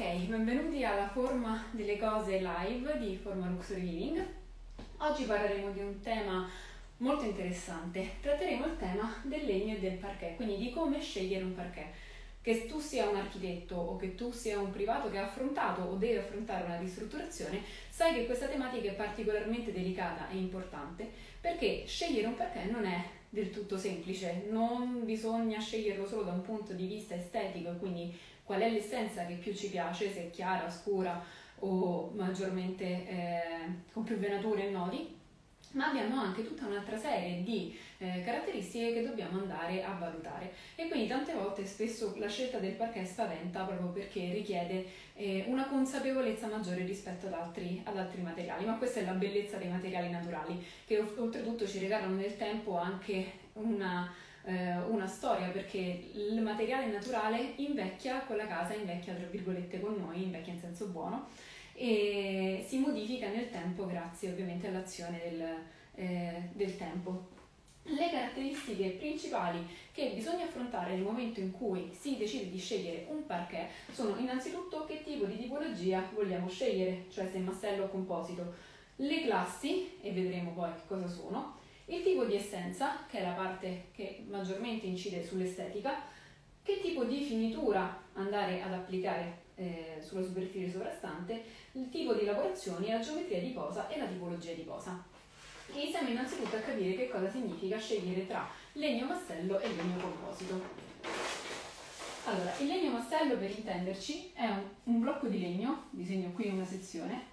Ok, benvenuti alla Forma delle cose live di Forma Luxury Living. Oggi parleremo di un tema molto interessante. Tratteremo il tema del legno e del parquet, quindi di come scegliere un parquet. Che tu sia un architetto o che tu sia un privato che ha affrontato o deve affrontare una ristrutturazione, sai che questa tematica è particolarmente delicata e importante perché scegliere un parquet non è del tutto semplice, non bisogna sceglierlo solo da un punto di vista estetico e quindi qual è l'essenza che più ci piace, se è chiara, scura o maggiormente con più venature e nodi, ma abbiamo anche tutta un'altra serie di caratteristiche che dobbiamo andare a valutare e quindi tante volte spesso la scelta del parquet spaventa proprio perché richiede una consapevolezza maggiore rispetto ad altri materiali, ma questa è la bellezza dei materiali naturali che oltretutto ci regalano nel tempo anche una storia, perché il materiale naturale invecchia con la casa, invecchia tra virgolette con noi, invecchia in senso buono e si modifica nel tempo grazie ovviamente all'azione del tempo. Le caratteristiche principali che bisogna affrontare nel momento in cui si decide di scegliere un parquet sono innanzitutto che tipo di tipologia vogliamo scegliere, cioè se massello o composito, le classi, e vedremo poi che cosa sono, il tipo di essenza, che è la parte che maggiormente incide sull'estetica, che tipo di finitura andare ad applicare sulla superficie sovrastante, il tipo di lavorazioni, la geometria di posa e la tipologia di posa. Iniziamo innanzitutto a capire che cosa significa scegliere tra legno massello e legno composito. Allora, il legno massello, per intenderci, è un blocco di legno, disegno qui una sezione,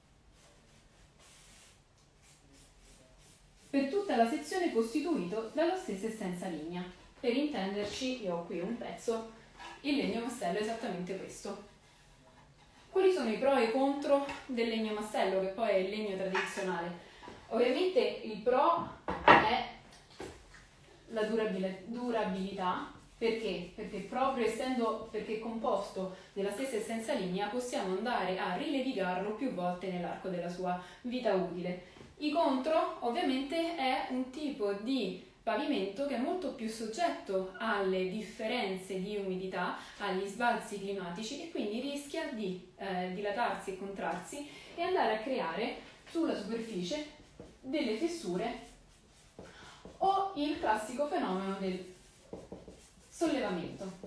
per tutta la sezione costituito dalla stessa essenza lignea. Per intenderci, io ho qui un pezzo, il legno massello è esattamente questo. Quali sono i pro e i contro del legno massello, che poi è il legno tradizionale? Ovviamente il pro è la durabilità, perché? Perché proprio perché è composto della stessa essenza lignea possiamo andare a rilevigarlo più volte nell'arco della sua vita utile. I contro ovviamente è un tipo di pavimento che è molto più soggetto alle differenze di umidità, agli sbalzi climatici e quindi rischia di dilatarsi e contrarsi e andare a creare sulla superficie delle fessure o il classico fenomeno del sollevamento.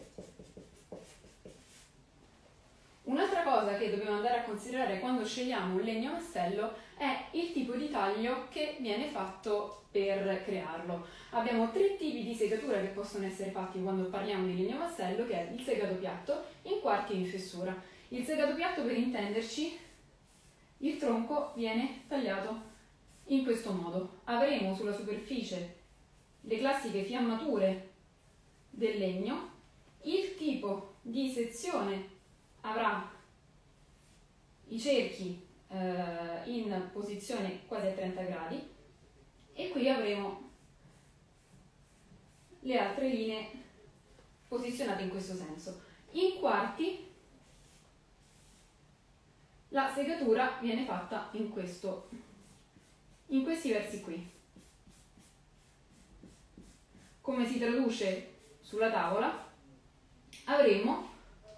Un'altra cosa che dobbiamo andare a considerare quando scegliamo un legno massello è il tipo di taglio che viene fatto per crearlo. Abbiamo tre tipi di segatura che possono essere fatti quando parliamo di legno massello, che è il segato piatto, in quarti e in fessura. Il segato piatto, per intenderci, il tronco viene tagliato in questo modo. Avremo sulla superficie le classiche fiammature del legno, il tipo di sezione avrà i cerchi in posizione quasi a 30 gradi e qui avremo le altre linee posizionate in questo senso. In quarti la segatura viene fatta in questi versi qui. Come si traduce sulla tavola? Avremo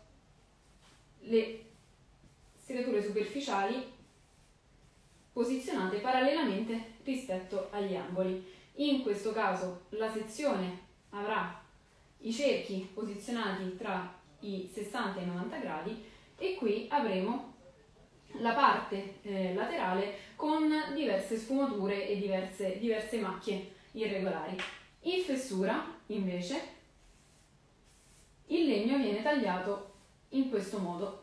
le segature superficiali posizionate parallelamente rispetto agli angoli. In questo caso la sezione avrà i cerchi posizionati tra i 60 e i 90 gradi e qui avremo la parte laterale con diverse sfumature e diverse macchie irregolari. In fessura, invece, il legno viene tagliato in questo modo.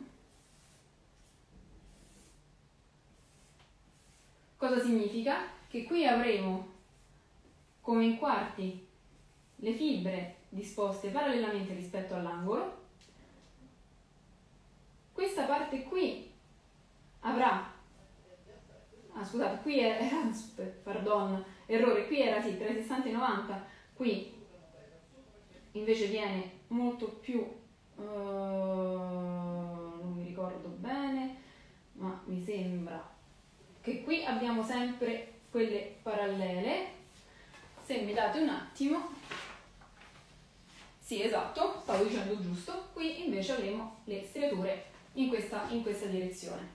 Cosa significa? Che qui avremo, come in quarti, le fibre disposte parallelamente rispetto all'angolo. Questa parte qui avrà, scusate, qui errore, qui era sì, tra i 60 e i 90, qui invece viene molto più, non mi ricordo bene, ma mi sembra che qui abbiamo sempre quelle parallele. Se mi date un attimo, sì, esatto, stavo dicendo giusto, qui invece avremo le striature in questa direzione.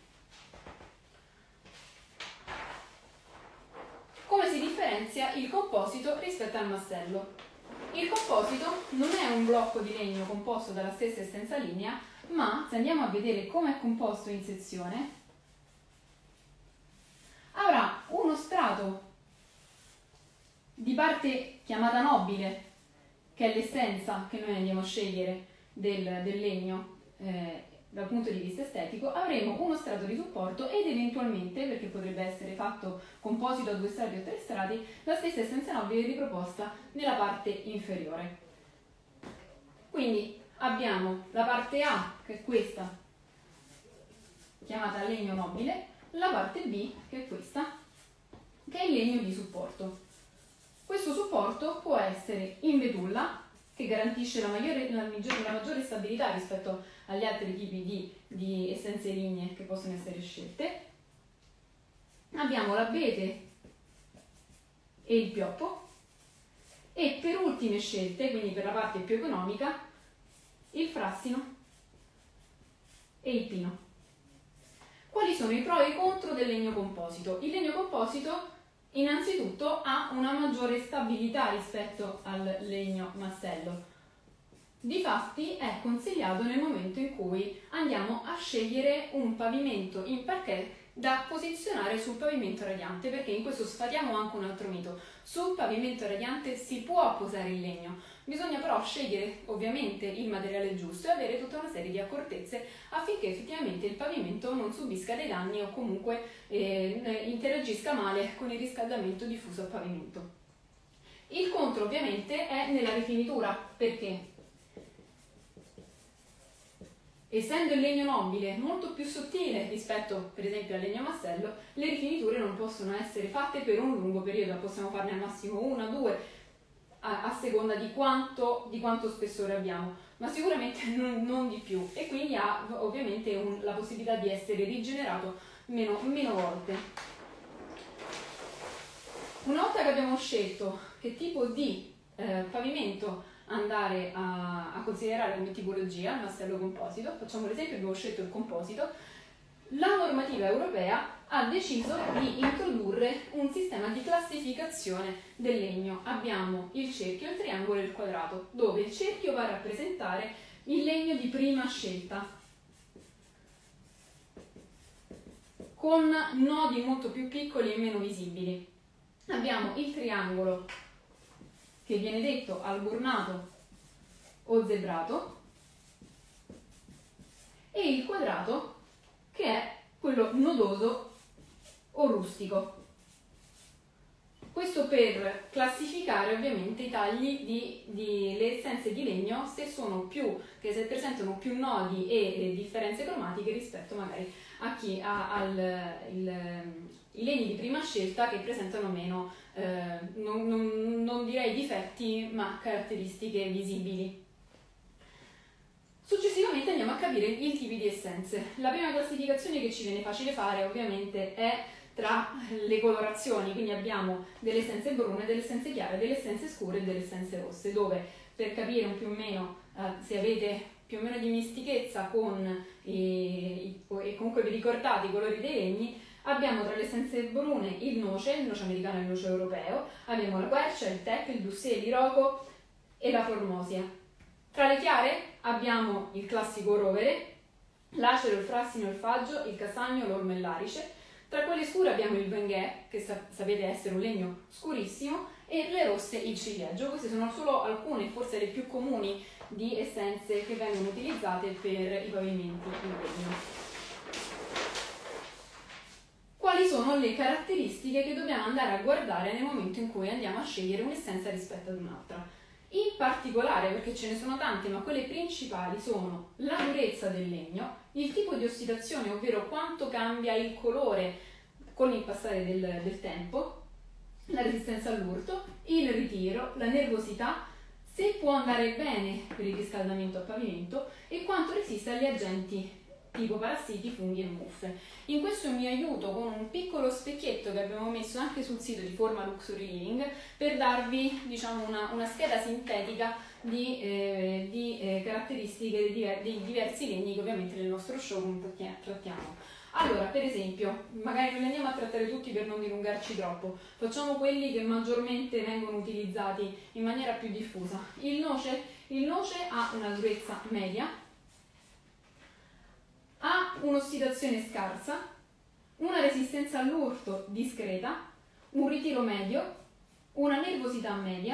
Come si differenzia il composito rispetto al massello? Il composito non è un blocco di legno composto dalla stessa essenza linea, ma se andiamo a vedere come è composto in sezione, avrà uno strato di parte chiamata nobile, che è l'essenza che noi andiamo a scegliere del legno dal punto di vista estetico. Avremo uno strato di supporto ed eventualmente, perché potrebbe essere fatto composito a 2 strati o 3 strati, la stessa essenza nobile riproposta nella parte inferiore. Quindi abbiamo la parte A, che è questa, chiamata legno nobile, la parte B, che è questa, che è il legno di supporto. Questo supporto può essere in betulla, che garantisce la maggiore stabilità rispetto agli altri tipi di essenze lignee che possono essere scelte. Abbiamo l'abete e il pioppo, e per ultime scelte, quindi per la parte più economica, il frassino e il pino. Quali sono i pro e i contro del legno composito? Il legno composito innanzitutto ha una maggiore stabilità rispetto al legno massello. Difatti è consigliato nel momento in cui andiamo a scegliere un pavimento in parquet da posizionare sul pavimento radiante, perché in questo sfatiamo anche un altro mito. Sul pavimento radiante si può posare il legno, bisogna però scegliere ovviamente il materiale giusto e avere tutta una serie di accortezze affinché effettivamente il pavimento non subisca dei danni o comunque interagisca male con il riscaldamento diffuso al pavimento. Il contro ovviamente è nella rifinitura, perché essendo il legno nobile molto più sottile rispetto per esempio al legno massello, le rifiniture non possono essere fatte per un lungo periodo, possiamo farne al massimo 1 o 2 a seconda di quanto spessore abbiamo, ma sicuramente non di più, e quindi ha ovviamente la possibilità di essere rigenerato meno volte. Una volta che abbiamo scelto che tipo di pavimento andare a considerare come tipologia, il massello composito, facciamo l'esempio, abbiamo scelto il composito, la normativa europea ha deciso di introdurre un sistema di classificazione del legno. Abbiamo il cerchio, il triangolo e il quadrato, dove il cerchio va a rappresentare il legno di prima scelta, con nodi molto più piccoli e meno visibili. Abbiamo il triangolo, che viene detto alburnato o zebrato, e il quadrato, che è quello nodoso o rustico. Questo per classificare ovviamente i tagli le essenze di legno, se presentano più nodi e differenze cromatiche rispetto magari a chi ha i legni di prima scelta, che presentano meno, non direi difetti, ma caratteristiche visibili. Successivamente andiamo a capire i tipi di essenze. La prima classificazione che ci viene facile fare ovviamente è tra le colorazioni, quindi abbiamo delle essenze brune, delle essenze chiare, delle essenze scure e delle essenze rosse, dove per capire un più o meno se avete più o meno dimestichezza con e comunque vi ricordate i colori dei legni, abbiamo tra le essenze brune il noce americano e il noce europeo, abbiamo la quercia, il teck, il doucet, l'iroko e la formosia. Tra le chiare abbiamo il classico rovere, l'acero, il frassino, il faggio, il castagno, l'ormo e l'arice. Tra quelle scure abbiamo il benguè, che sapete essere un legno scurissimo, e le rosse il ciliegio. Queste sono solo alcune, forse le più comuni, di essenze che vengono utilizzate per i pavimenti in legno. Quali sono le caratteristiche che dobbiamo andare a guardare nel momento in cui andiamo a scegliere un'essenza rispetto ad un'altra? In particolare, perché ce ne sono tante, ma quelle principali sono la durezza del legno, il tipo di ossidazione, ovvero quanto cambia il colore con il passare del tempo, la resistenza all'urto, il ritiro, la nervosità, se può andare bene per il riscaldamento a pavimento e quanto resiste agli agenti tipo parassiti, funghi e muffe. In questo mi aiuto con un piccolo specchietto che abbiamo messo anche sul sito di Forma Luxury Living per darvi, diciamo, una scheda sintetica di caratteristiche dei diversi legni che ovviamente nel nostro showroom trattiamo. Allora, per esempio, magari non li andiamo a trattare tutti per non dilungarci troppo, facciamo quelli che maggiormente vengono utilizzati in maniera più diffusa. Il noce ha una durezza media, ha un'ossidazione scarsa, una resistenza all'urto discreta, un ritiro medio, una nervosità media,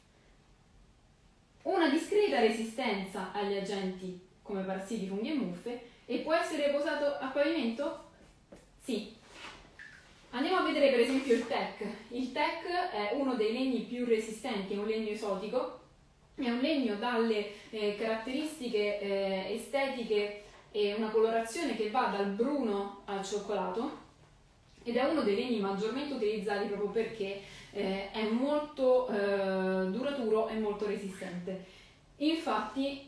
una discreta resistenza agli agenti come parassiti, funghi e muffe, e può essere posato a pavimento? Sì. Andiamo a vedere per esempio il teak. Il teak è uno dei legni più resistenti, è un legno esotico, è un legno dalle caratteristiche estetiche e una colorazione che va dal bruno al cioccolato, ed è uno dei legni maggiormente utilizzati proprio perché è molto duraturo e molto resistente. Infatti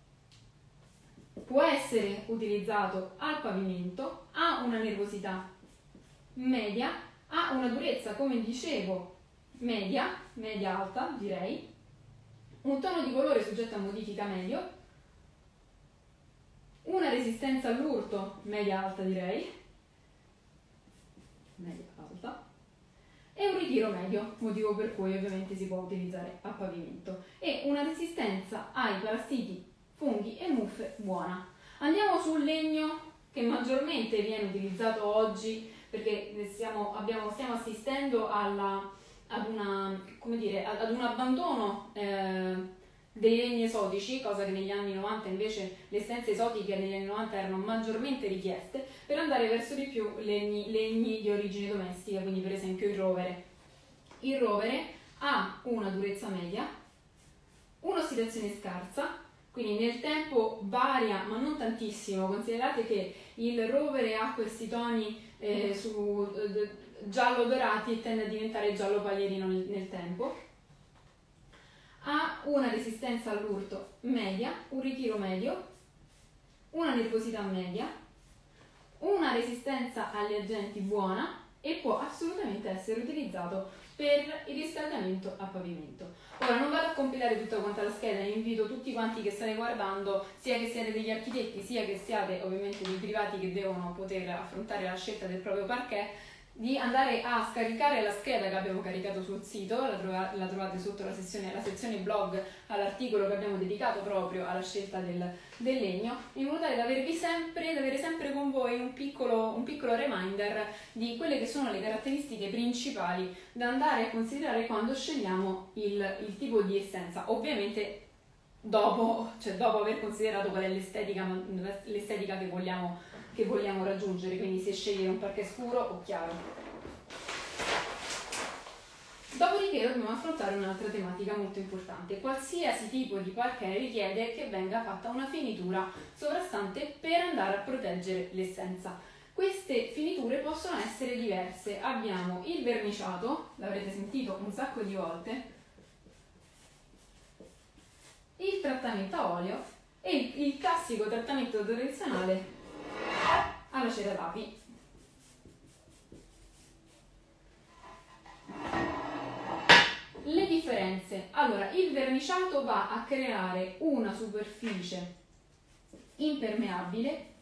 può essere utilizzato al pavimento, ha una nervosità media, ha una durezza, come dicevo, media alta direi, un tono di colore soggetto a modifica medio, una resistenza all'urto media alta direi, media alta, e un ritiro medio, motivo per cui ovviamente si può utilizzare a pavimento, e una resistenza ai parassiti, funghi e muffe buona. Andiamo sul legno che maggiormente viene utilizzato oggi, perché stiamo assistendo ad un abbandono dei legni esotici, cosa che negli anni 90 invece le essenze esotiche negli anni 90 erano maggiormente richieste, per andare verso di più legni di origine domestica, quindi per esempio il rovere. Il rovere ha una durezza media, un'ossidazione scarsa, quindi nel tempo varia ma non tantissimo. Considerate che il rovere ha questi toni giallo dorati e tende a diventare giallo paglierino nel tempo. Ha una resistenza all'urto media, un ritiro medio, una nervosità media, una resistenza agli agenti buona e può assolutamente essere utilizzato per il riscaldamento a pavimento. Ora non vado a compilare tutta quanta la scheda, invito tutti quanti che state guardando, sia che siate degli architetti, sia che siate ovviamente dei privati che devono poter affrontare la scelta del proprio parquet, di andare a scaricare la scheda che abbiamo caricato sul sito, la trovate sotto la sezione blog all'articolo che abbiamo dedicato proprio alla scelta del legno, in modo tale da avere sempre con voi un piccolo reminder di quelle che sono le caratteristiche principali da andare a considerare quando scegliamo il tipo di essenza. Ovviamente dopo aver considerato qual è l'estetica che vogliamo raggiungere, quindi se scegliere un parquet scuro o chiaro. Dopodiché dobbiamo affrontare un'altra tematica molto importante. Qualsiasi tipo di parquet richiede che venga fatta una finitura sovrastante per andare a proteggere l'essenza. Queste finiture possono essere diverse. Abbiamo il verniciato, l'avrete sentito un sacco di volte, il trattamento a olio e il classico trattamento tradizionale alla cera d'api. Le differenze. Allora, il verniciato va a creare una superficie impermeabile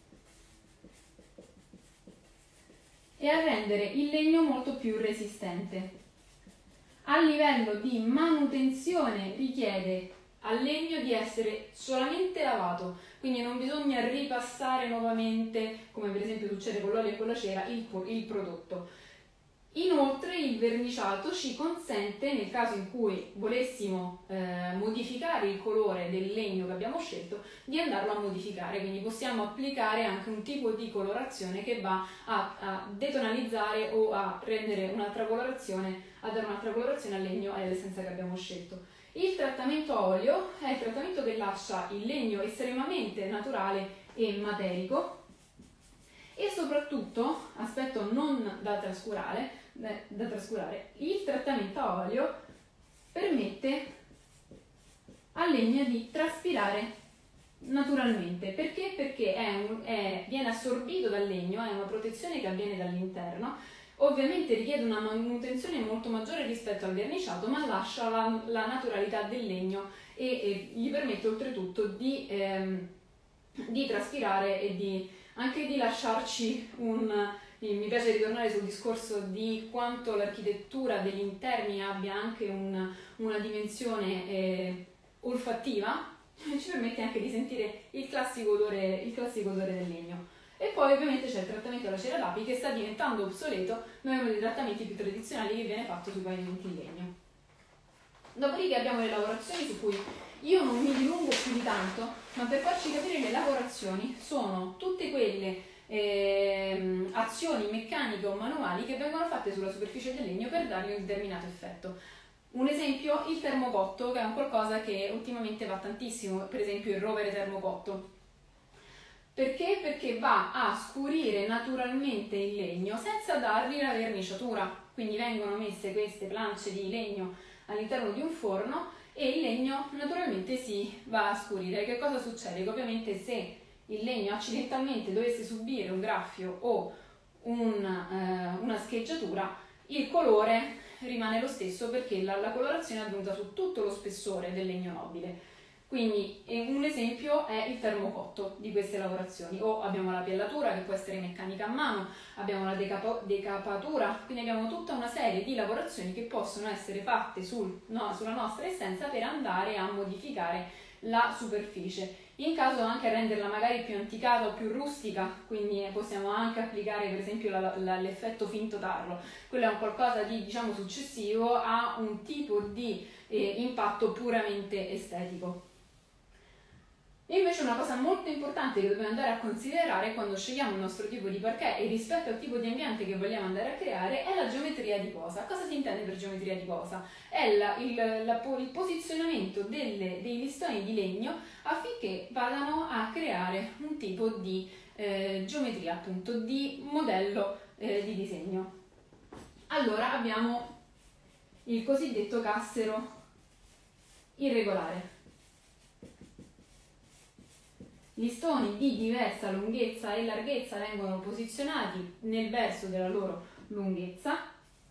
e a rendere il legno molto più resistente. A livello di manutenzione richiede al legno di essere solamente lavato, quindi non bisogna ripassare nuovamente, come per esempio succede con l'olio e con la cera, il prodotto. Inoltre il verniciato ci consente, nel caso in cui volessimo modificare il colore del legno che abbiamo scelto, di andarlo a modificare, quindi possiamo applicare anche un tipo di colorazione che va a detonalizzare o a rendere un'altra colorazione, a dare un'altra colorazione al legno e all'essenza che abbiamo scelto. Il trattamento a olio è il trattamento che lascia il legno estremamente naturale e materico, e soprattutto, aspetto non da trascurare, il trattamento a olio permette al legno di traspirare naturalmente. Perché? Perché viene assorbito dal legno, è una protezione che avviene dall'interno, ovviamente richiede una manutenzione molto maggiore rispetto al verniciato, ma lascia la naturalità del legno e gli permette oltretutto di traspirare e anche di lasciarci mi piace ritornare sul discorso di quanto l'architettura degli interni abbia anche una dimensione olfattiva, ci permette anche di sentire il classico odore del legno. E poi ovviamente c'è il trattamento alla cera d'api che sta diventando obsoleto, ma è uno dei trattamenti più tradizionali che viene fatto sui pavimenti in legno. Dopodiché abbiamo le lavorazioni su cui io non mi dilungo più di tanto, ma per farci capire le lavorazioni sono tutte quelle azioni meccaniche o manuali che vengono fatte sulla superficie del legno per dargli un determinato effetto. Un esempio, il termocotto, che è un qualcosa che ultimamente va tantissimo, per esempio il rovere termocotto. Perché? Perché va a scurire naturalmente il legno senza dargli la verniciatura. Quindi vengono messe queste planche di legno all'interno di un forno e il legno naturalmente si va a scurire. Che cosa succede? Che ovviamente se il legno accidentalmente dovesse subire un graffio o una scheggiatura, il colore rimane lo stesso perché la colorazione è avvenuta su tutto lo spessore del legno nobile. Quindi un esempio è il termocotto di queste lavorazioni. O abbiamo la piallatura che può essere meccanica a mano, abbiamo la decapatura, quindi abbiamo tutta una serie di lavorazioni che possono essere fatte sulla nostra essenza per andare a modificare la superficie. In caso anche renderla magari più anticata o più rustica, quindi possiamo anche applicare per esempio l'effetto finto tarlo. Quello è un qualcosa di diciamo successivo a un tipo di impatto puramente estetico. E invece una cosa molto importante che dobbiamo andare a considerare quando scegliamo il nostro tipo di parquet e rispetto al tipo di ambiente che vogliamo andare a creare è la geometria di posa. Cosa si intende per geometria di posa? È il posizionamento dei listoni di legno affinché vadano a creare un tipo di geometria, appunto, di modello di disegno. Allora abbiamo il cosiddetto cassero irregolare. Listoni di diversa lunghezza e larghezza vengono posizionati nel verso della loro lunghezza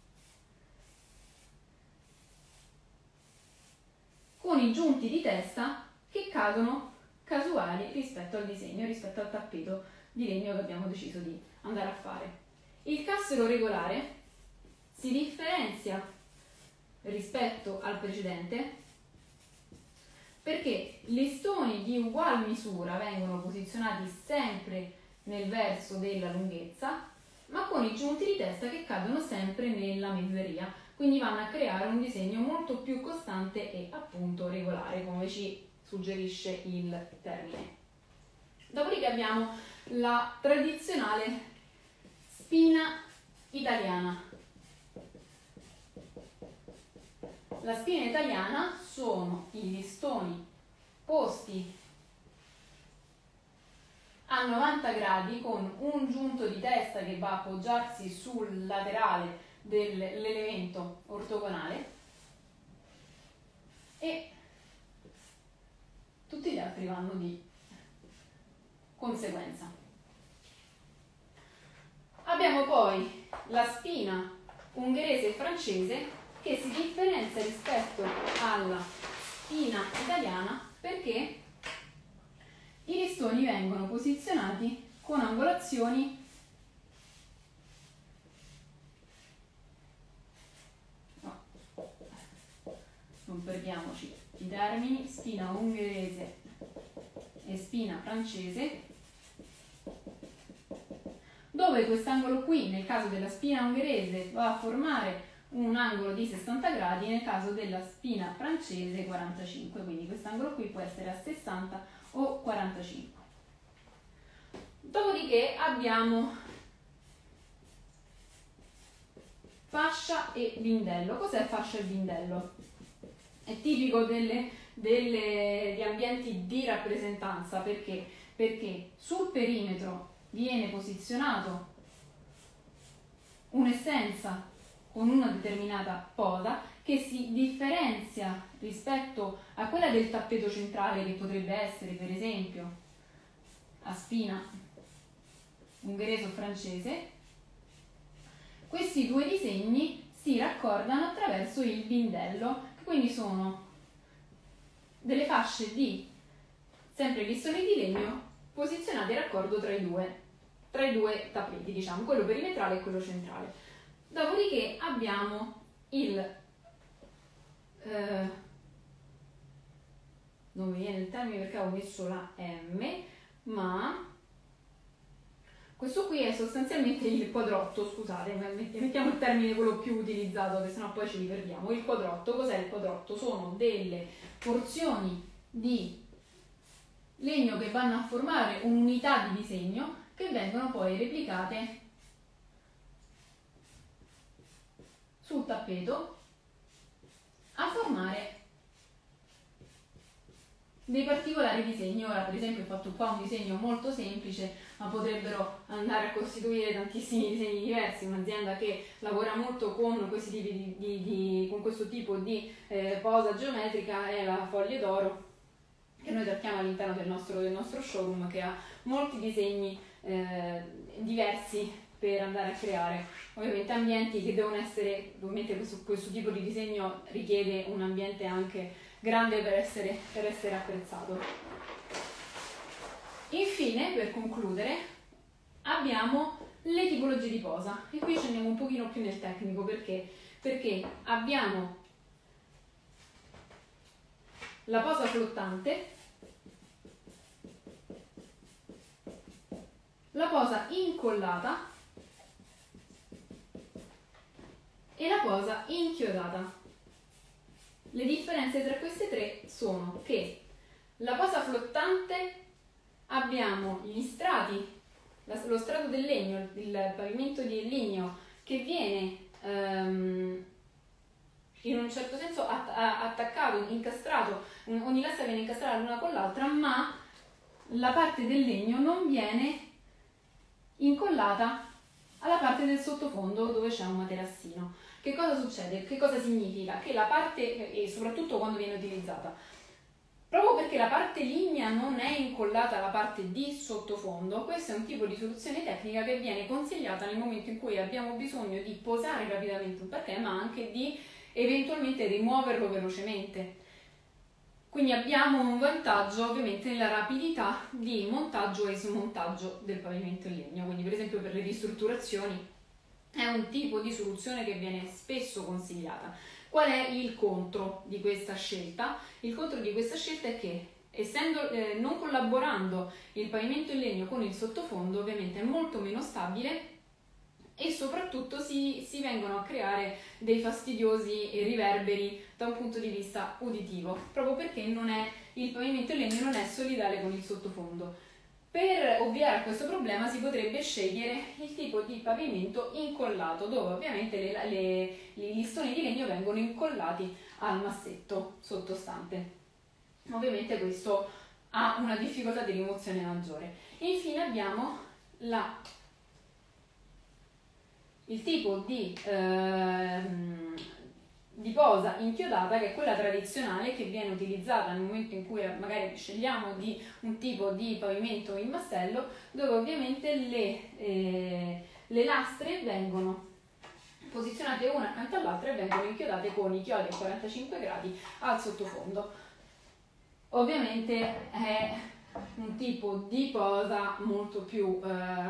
con i giunti di testa che cadono casuali rispetto al disegno, rispetto al tappeto di legno che abbiamo deciso di andare a fare. Il cassero regolare si differenzia rispetto al precedente perché listoni di ugual misura vengono posizionati sempre nel verso della lunghezza, ma con i giunti di testa che cadono sempre nella mezzeria, quindi vanno a creare un disegno molto più costante e appunto regolare, come ci suggerisce il termine. Dopodiché abbiamo la tradizionale spina italiana. La spina italiana sono i listoni posti a 90 gradi con un giunto di testa che va a appoggiarsi sul laterale dell'elemento ortogonale e tutti gli altri vanno di conseguenza. Abbiamo poi la spina ungherese e francese che si differenzia rispetto alla spina italiana perché i listoni vengono posizionati con angolazioni non perdiamoci i termini, spina ungherese e spina francese, dove quest'angolo qui nel caso della spina ungherese va a formare un angolo di 60 gradi, nel caso della spina francese 45, quindi quest'angolo qui può essere a 60 o 45. Dopodiché abbiamo fascia e vindello. Cos'è fascia e vindello? È tipico di ambienti di rappresentanza perché sul perimetro viene posizionato un'essenza con una determinata posa che si differenzia rispetto a quella del tappeto centrale che potrebbe essere per esempio a spina ungherese o francese, questi due disegni si raccordano attraverso il bindello, che quindi sono delle fasce di sempre listoni di legno posizionate in raccordo tra i due tappeti, diciamo, quello perimetrale e quello centrale. Dopodiché abbiamo non mi viene il termine perché ho messo la M, ma questo qui è sostanzialmente il quadrotto, scusate, mettiamo il termine quello più utilizzato, che sennò poi ce li perdiamo. Il quadrotto, cos'è il quadrotto? Sono delle porzioni di legno che vanno a formare un'unità di disegno che vengono poi replicate sul tappeto a formare dei particolari disegni. Ora per esempio ho fatto qua un disegno molto semplice, ma potrebbero andare a costituire tantissimi disegni diversi. Un'azienda che lavora molto con questi tipi con questo tipo di posa geometrica è la Foglie d'Oro, che noi trattiamo all'interno del nostro showroom, che ha molti disegni diversi per andare a creare ovviamente ambienti che devono essere, ovviamente questo tipo di disegno richiede un ambiente anche grande per essere apprezzato. Infine, per concludere, abbiamo le tipologie di posa, e qui scendiamo un pochino più nel tecnico perché abbiamo la posa flottante, la posa incollata e la posa inchiodata. Le differenze tra queste tre sono che la posa flottante abbiamo gli strati, lo strato del legno, il pavimento di legno che viene in un certo senso attaccato, incastrato, ogni lastra viene incastrata l'una con l'altra, ma la parte del legno non viene incollata alla parte del sottofondo dove c'è un materassino. Che cosa succede? Che cosa significa? Che la parte, e soprattutto quando viene utilizzata, proprio perché la parte lignea non è incollata alla parte di sottofondo, questo è un tipo di soluzione tecnica che viene consigliata nel momento in cui abbiamo bisogno di posare rapidamente un parquet, ma anche di eventualmente rimuoverlo velocemente. Quindi abbiamo un vantaggio ovviamente nella rapidità di montaggio e smontaggio del pavimento in legno. Quindi per esempio per le ristrutturazioni è un tipo di soluzione che viene spesso consigliata. Qual è il contro di questa scelta? Il contro di questa scelta è che, essendo non collaborando il pavimento in legno con il sottofondo, ovviamente è molto meno stabile e soprattutto si vengono a creare dei fastidiosi riverberi da un punto di vista uditivo, proprio perché il pavimento in legno non è solidale con il sottofondo. Per ovviare a questo problema si potrebbe scegliere il tipo di pavimento incollato, dove ovviamente i listoni di legno vengono incollati al massetto sottostante. Ovviamente questo ha una difficoltà di rimozione maggiore. Infine abbiamo il tipo di posa inchiodata, che è quella tradizionale che viene utilizzata nel momento in cui magari scegliamo di un tipo di pavimento in massello, dove ovviamente le lastre vengono posizionate una accanto all'altra e vengono inchiodate con i chiodi a 45 gradi al sottofondo. Ovviamente è un tipo di posa molto più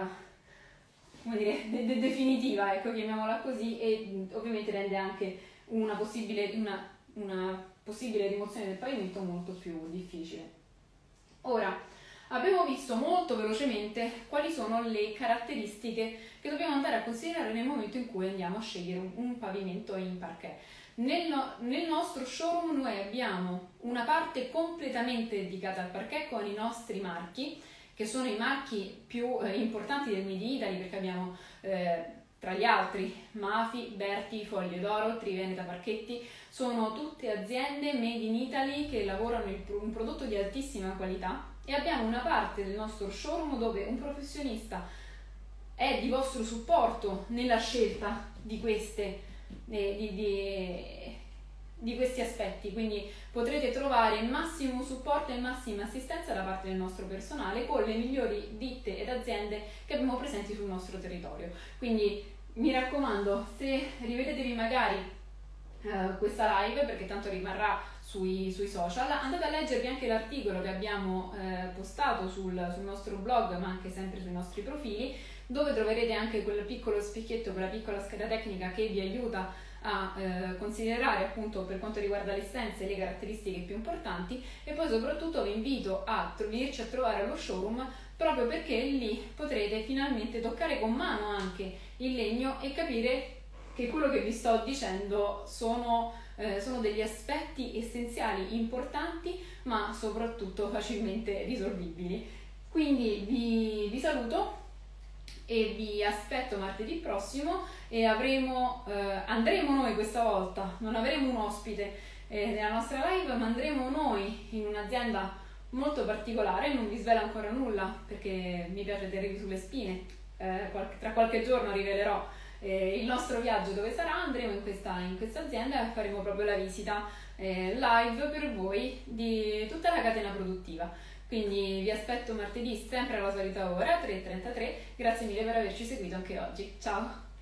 definitiva, ecco, chiamiamola così, e ovviamente rende anche una possibile rimozione del pavimento molto più difficile. Ora, abbiamo visto molto velocemente quali sono le caratteristiche che dobbiamo andare a considerare nel momento in cui andiamo a scegliere un pavimento in parquet. Nel nostro showroom noi abbiamo una parte completamente dedicata al parquet con i nostri marchi, che sono i marchi più importanti del Made in Italy, perché abbiamo tra gli altri Mafi, Berti, Foglie d'Oro, Triveneta Parchetti. Sono tutte aziende made in Italy che lavorano un prodotto di altissima qualità, e abbiamo una parte del nostro showroom dove un professionista è di vostro supporto nella scelta di questi aspetti, quindi potrete trovare il massimo supporto e massima assistenza da parte del nostro personale con le migliori ditte ed aziende che abbiamo presenti sul nostro territorio. Quindi mi raccomando, se rivedetevi magari questa live, perché tanto rimarrà sui social, andate a leggervi anche l'articolo che abbiamo postato sul nostro blog, ma anche sempre sui nostri profili, dove troverete anche quel piccolo specchietto, quella piccola scheda tecnica che vi aiuta a considerare appunto per quanto riguarda le essenze le caratteristiche più importanti, e poi soprattutto vi invito a venirci a trovare allo showroom, proprio perché lì potrete finalmente toccare con mano anche il legno e capire che quello che vi sto dicendo sono degli aspetti essenziali, importanti, ma soprattutto facilmente risolvibili. Quindi vi saluto e vi aspetto martedì prossimo, e andremo noi questa volta, non avremo un ospite nella nostra live, ma andremo noi in un'azienda molto particolare. Non vi svelo ancora nulla perché mi piace tenervi sulle spine, tra qualche giorno rivelerò il nostro viaggio dove sarà. Andremo in questa azienda e faremo proprio la visita live per voi di tutta la catena produttiva. Quindi vi aspetto martedì sempre alla solita ora, 3:33. Grazie mille per averci seguito anche oggi. Ciao!